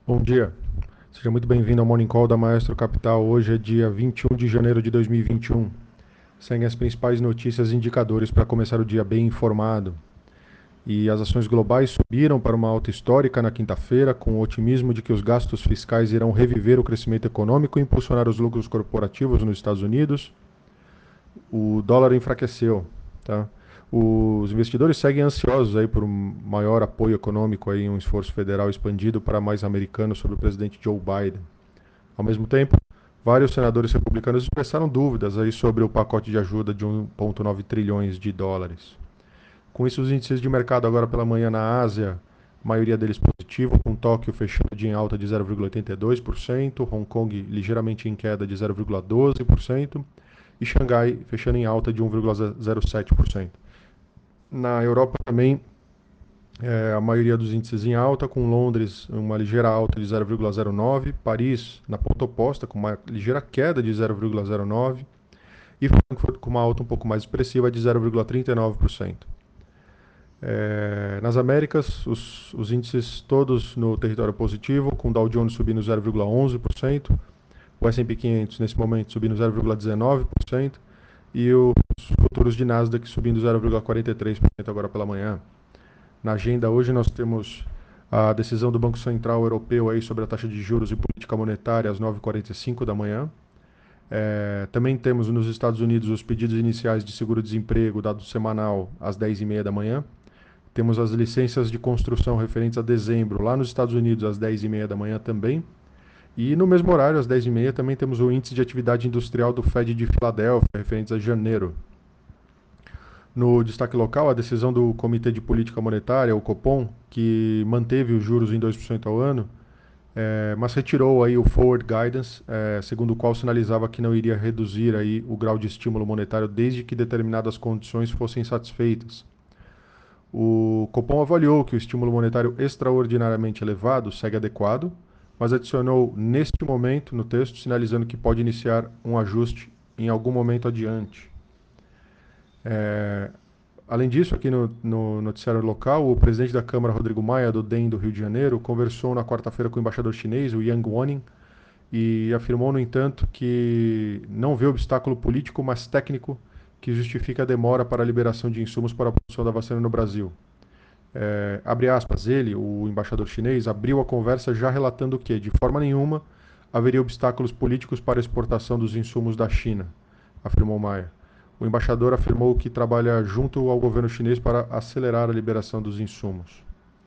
Bom dia, seja muito bem-vindo ao Morning Call da Maestro Capital. Hoje é dia 21 de janeiro de 2021. Seguem as principais notícias e indicadores para começar o dia bem informado. E as ações globais subiram para uma alta histórica na quinta-feira, com o otimismo de que os gastos fiscais irão reviver o crescimento econômico e impulsionar os lucros corporativos nos Estados Unidos. O dólar enfraqueceu, tá? Os investidores seguem ansiosos aí por um maior apoio econômico aí, um esforço federal expandido para mais americanos sob o presidente Joe Biden. Ao mesmo tempo, vários senadores republicanos expressaram dúvidas aí sobre o pacote de ajuda de 1,9 trilhões de dólares. Com isso, os índices de mercado agora pela manhã na Ásia, a maioria deles positivo, com Tóquio fechando de em alta de 0,82%, Hong Kong ligeiramente em queda de 0,12% e Xangai fechando em alta de 1,07%. Na Europa também, a maioria dos índices em alta, com Londres uma ligeira alta de 0,09, Paris na ponta oposta, com uma ligeira queda de 0,09 e Frankfurt com uma alta um pouco mais expressiva de 0,39%. Nas Américas, os índices todos no território positivo, com Dow Jones subindo 0,11%, o S&P 500 nesse momento subindo 0,19% e os futuros de Nasdaq subindo 0,43% agora pela manhã. Na agenda hoje nós temos a decisão do Banco Central Europeu aí sobre a taxa de juros e política monetária às 9h45 da manhã. Também temos nos Estados Unidos os pedidos iniciais de seguro-desemprego, dado semanal, às 10h30 da manhã. Temos as licenças de construção referentes a dezembro, lá nos Estados Unidos, às 10h30 da manhã também. E no mesmo horário, às 10h30, também temos o índice de atividade industrial do Fed de Filadélfia, referentes a janeiro. No destaque local, a decisão do Comitê de Política Monetária, o Copom, que manteve os juros em 2% ao ano, mas retirou aí o forward guidance, segundo o qual sinalizava que não iria reduzir aí o grau de estímulo monetário desde que determinadas condições fossem satisfeitas. O Copom avaliou que o estímulo monetário extraordinariamente elevado segue adequado, mas adicionou neste momento no texto, sinalizando que pode iniciar um ajuste em algum momento adiante. Além disso, aqui no noticiário local, o presidente da Câmara, Rodrigo Maia, do DEM do Rio de Janeiro, conversou na quarta-feira com o embaixador chinês, o Yang Wanning, e afirmou, no entanto, que não vê obstáculo político, mas técnico, que justifica a demora para a liberação de insumos para a produção da vacina no Brasil. Abre aspas, ele, o embaixador chinês, abriu a conversa já relatando que, de forma nenhuma, haveria obstáculos políticos para a exportação dos insumos da China, afirmou Maia. O embaixador afirmou que trabalha junto ao governo chinês para acelerar a liberação dos insumos.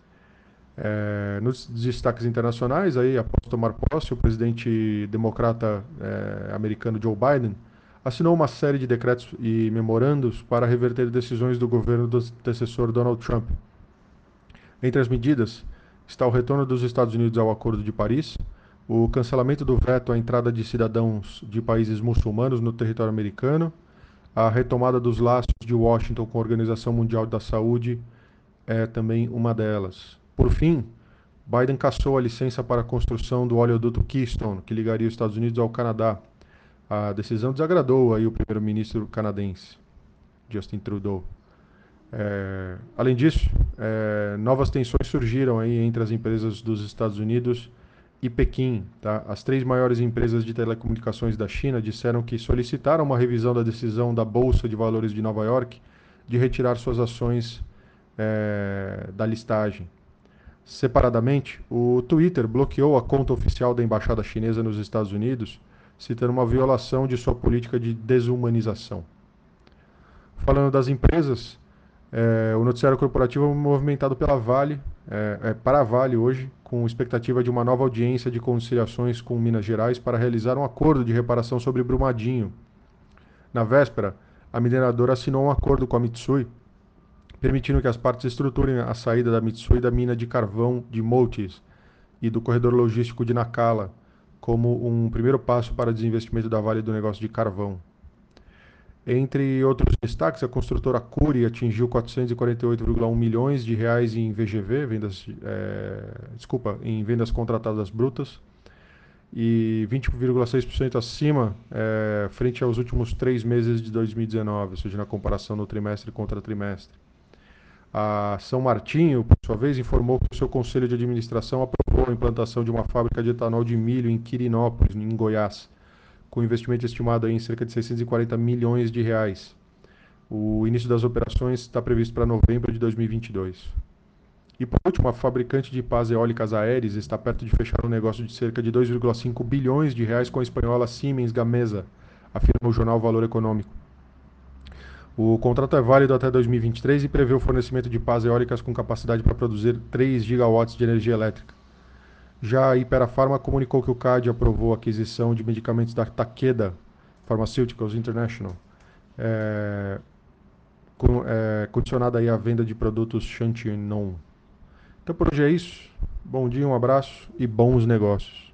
Nos destaques internacionais, aí, após tomar posse, o presidente democrata americano Joe Biden assinou uma série de decretos e memorandos para reverter decisões do governo do antecessor Donald Trump. Entre as medidas está o retorno dos Estados Unidos ao Acordo de Paris, o cancelamento do veto à entrada de cidadãos de países muçulmanos no território americano, a retomada dos laços de Washington com a Organização Mundial da Saúde é também uma delas. Por fim, Biden cassou a licença para a construção do oleoduto Keystone, que ligaria os Estados Unidos ao Canadá. A decisão desagradou aí o primeiro-ministro canadense, Justin Trudeau. Além disso, novas tensões surgiram aí entre as empresas dos Estados Unidos e Pequim. Tá? As três maiores empresas de telecomunicações da China disseram que solicitaram uma revisão da decisão da Bolsa de Valores de Nova York de retirar suas ações da listagem. Separadamente, o Twitter bloqueou a conta oficial da embaixada chinesa nos Estados Unidos, citando uma violação de sua política de desumanização. Falando das empresas, o noticiário corporativo é movimentado pela Vale, para a Vale hoje, com expectativa de uma nova audiência de conciliações com Minas Gerais para realizar um acordo de reparação sobre Brumadinho. Na véspera, a mineradora assinou um acordo com a Mitsui, permitindo que as partes estruturem a saída da Mitsui da mina de carvão de Moatis e do corredor logístico de Nacala, como um primeiro passo para o desinvestimento da Vale do negócio de carvão. Entre outros destaques, a construtora Cury atingiu 448,1 milhões de reais em VGV, em vendas contratadas brutas, e 20,6% acima frente aos últimos 3 meses de 2019, ou seja, na comparação no trimestre contra trimestre. A São Martinho, por sua vez, informou que o seu conselho de administração aprovou a implantação de uma fábrica de etanol de milho em Quirinópolis, em Goiás, com investimento estimado aí em cerca de 640 milhões de reais. O início das operações está previsto para novembro de 2022. E por último, a fabricante de pás eólicas Aeres está perto de fechar um negócio de cerca de 2,5 bilhões de reais com a espanhola Siemens Gamesa, afirma o jornal Valor Econômico. O contrato é válido até 2023 e prevê o fornecimento de pás eólicas com capacidade para produzir 3 gigawatts de energia elétrica. Já a Ipera comunicou que o CAD aprovou a aquisição de medicamentos da Takeda Pharmaceuticals International, é, condicionada aí à venda de produtos Shantinon. Então por hoje é isso. Bom dia, um abraço e bons negócios.